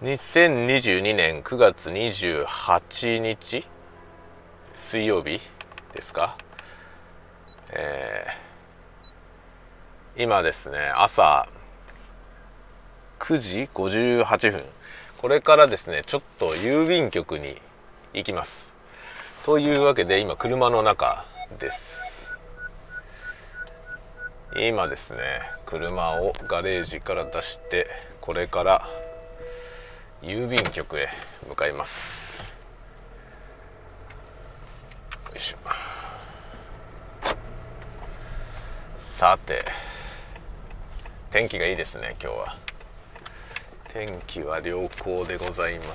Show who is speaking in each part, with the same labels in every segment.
Speaker 1: 2022年9月28日水曜日ですか、今ですね朝9時58分、これからですねちょっと郵便局に行きますというわけで、今車の中です。今ですね車をガレージから出して、これから郵便局へ向かいます。よいしょ。さて、天気がいいですね。今日は天気は良好でございます。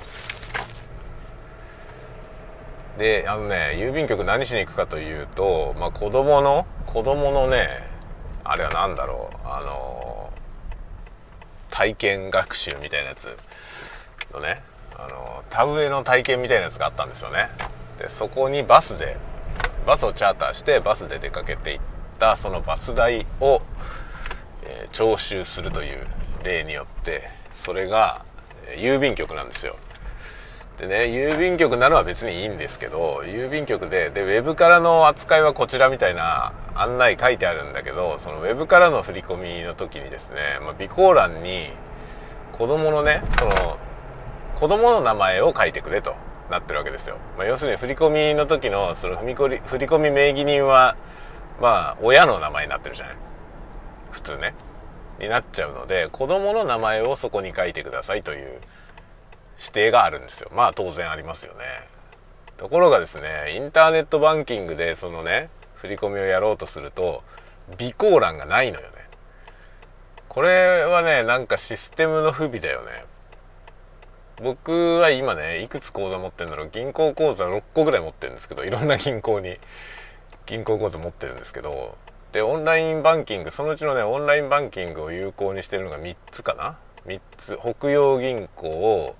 Speaker 1: で、郵便局何しに行くかというと、子供のね、あれは何だろう、体験学習みたいなやつのね、田植えの体験みたいなやつがあったんですよね。でそこにバスをチャーターしてバスで出かけていった、そのバス代を、徴収するという例によって、それが郵便局なんですよ。でね、郵便局なのは別にいいんですけど、郵便局でウェブからの扱いはこちらみたいな案内書いてあるんだけど、そのウェブからの振り込みの時にですね、備考欄に子供のね、その子供の名前を書いてくれとなってるわけですよ。要するに振り込みの時のその振り込み名義人は親の名前になってるじゃない、普通ねになっちゃうので、子供の名前をそこに書いてくださいという指定があるんですよ。当然ありますよね。ところがですね、インターネットバンキングでそのね振り込みをやろうとすると備考欄がないのよね。これはね、なんかシステムの不備だよね。僕は今ねいくつ口座持ってるんだろう、銀行口座6個ぐらい持ってるんですけど、いろんな銀行口座持ってるんですけど、でオンラインバンキング、そのうちのねオンラインバンキングを有効にしてるのが3つかな。3つ、北洋銀行、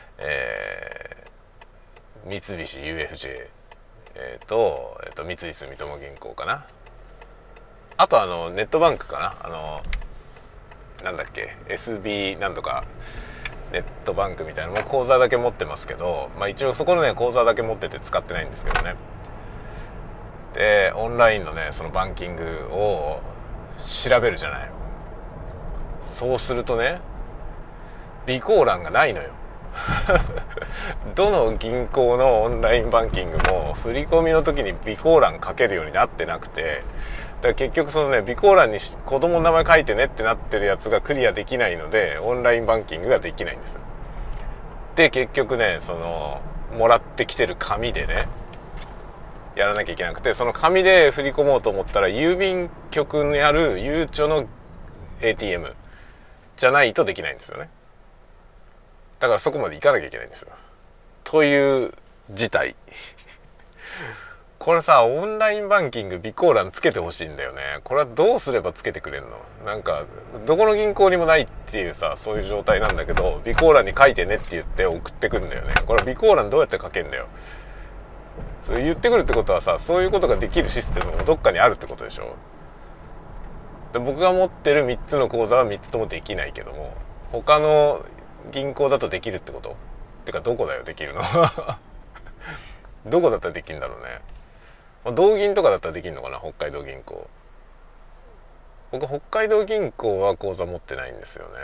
Speaker 1: 三菱 UFJ、三井住友銀行かな。あとネットバンクかな、なんだっけ SB なんとかネットバンクみたいな、もう口座だけ持ってますけど、一応そこのね口座だけ持ってて使ってないんですけどね。でオンラインのねそのバンキングを調べるじゃない。そうするとね備考欄がないのよどの銀行のオンラインバンキングも振り込みの時に備考欄書けるようになってなくて、だから結局そのね備考欄に子供の名前書いてねってなってるやつがクリアできないので、オンラインバンキングができないんです。で結局ね、そのもらってきてる紙でねやらなきゃいけなくて、その紙で振り込もうと思ったら郵便局にあるゆうちょの ATM じゃないとできないんですよね。だからそこまで行かなきゃいけないんですよ。という事態これさ、オンラインバンキング備考欄つけてほしいんだよね。これはどうすればつけてくれるの？なんかどこの銀行にもないっていうさ、そういう状態なんだけど、備考欄に書いてねって言って送ってくるんだよね。これ備考欄どうやって書けんだよ。そう言ってくるってことはさ、そういうことができるシステムもどっかにあるってことでしょ。で僕が持ってる3つの口座は3つともできないけども、他の銀行だとできるってこと？ってかどこだよできるのどこだったらできるんだろうね。同銀とかだったらできるのかな。北海道銀行、僕北海道銀行は口座持ってないんですよね。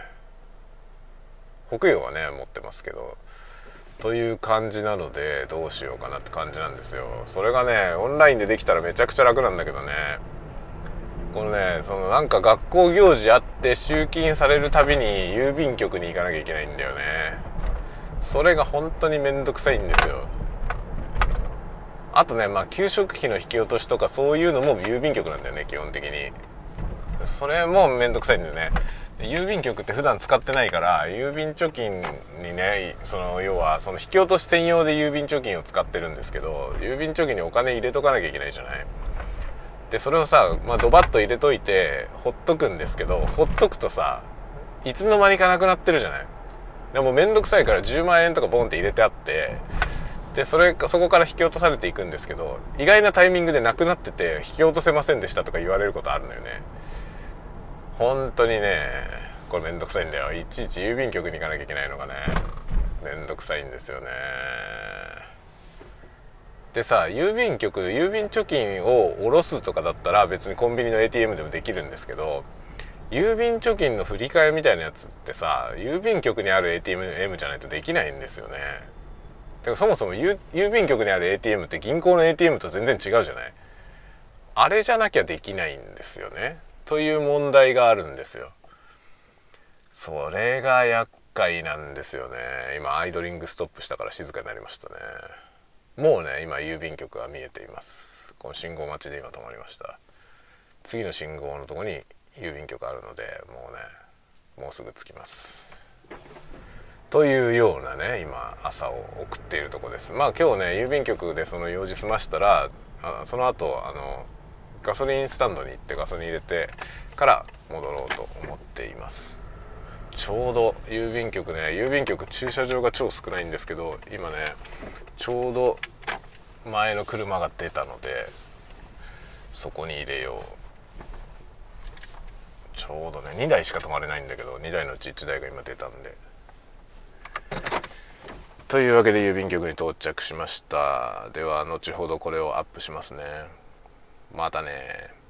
Speaker 1: 北洋はね持ってますけど、という感じなのでどうしようかなって感じなんですよ。それがねオンラインでできたらめちゃくちゃ楽なんだけどね、このねそのなんか学校行事あって集金されるたびに郵便局に行かなきゃいけないんだよね。それが本当にめんどくさいんですよ。あとね給食費の引き落としとかそういうのも郵便局なんだよね基本的に。それもめんどくさいんだよね。郵便局って普段使ってないから、郵便貯金にね、その要はその引き落とし専用で郵便貯金を使ってるんですけど、郵便貯金にお金入れとかなきゃいけないじゃない。でそれをさ、ドバッと入れといてほっとくんですけど、ほっとくとさいつの間にかなくなってるじゃない。でもめんどくさいから10万円とかボンって入れてあって、でそこから引き落とされていくんですけど、意外なタイミングでなくなってて引き落とせませんでしたとか言われることあるのよね。本当にねこれめんどくさいんだよ。いちいち郵便局に行かなきゃいけないのがねめんどくさいんですよね。でさ、郵便局郵便貯金を下ろすとかだったら別にコンビニの ATM でもできるんですけど、郵便貯金の振り替えみたいなやつってさ、郵便局にある ATM じゃないとできないんですよね。てかそもそも郵便局にある ATM って銀行の ATM と全然違うじゃない。あれじゃなきゃできないんですよね、という問題があるんですよ。それが厄介なんですよね。今アイドリングストップしたから静かになりましたね。もうね今郵便局が見えています。この信号待ちで今止まりました。次の信号のとこに郵便局あるのでもうねもうすぐ着きますというようなね今朝を送っているところです。まあ今日ね郵便局でその用事済ましたらその後ガソリンスタンドに行ってガソリン入れてから戻ろうと思っています。ちょうど郵便局駐車場が超少ないんですけど、今ねちょうど前の車が出たのでそこに入れよう。ちょうどね2台しか止まれないんだけど2台のうち1台が今出たんで、というわけで郵便局に到着しました。では後ほどこれをアップしますね。またね。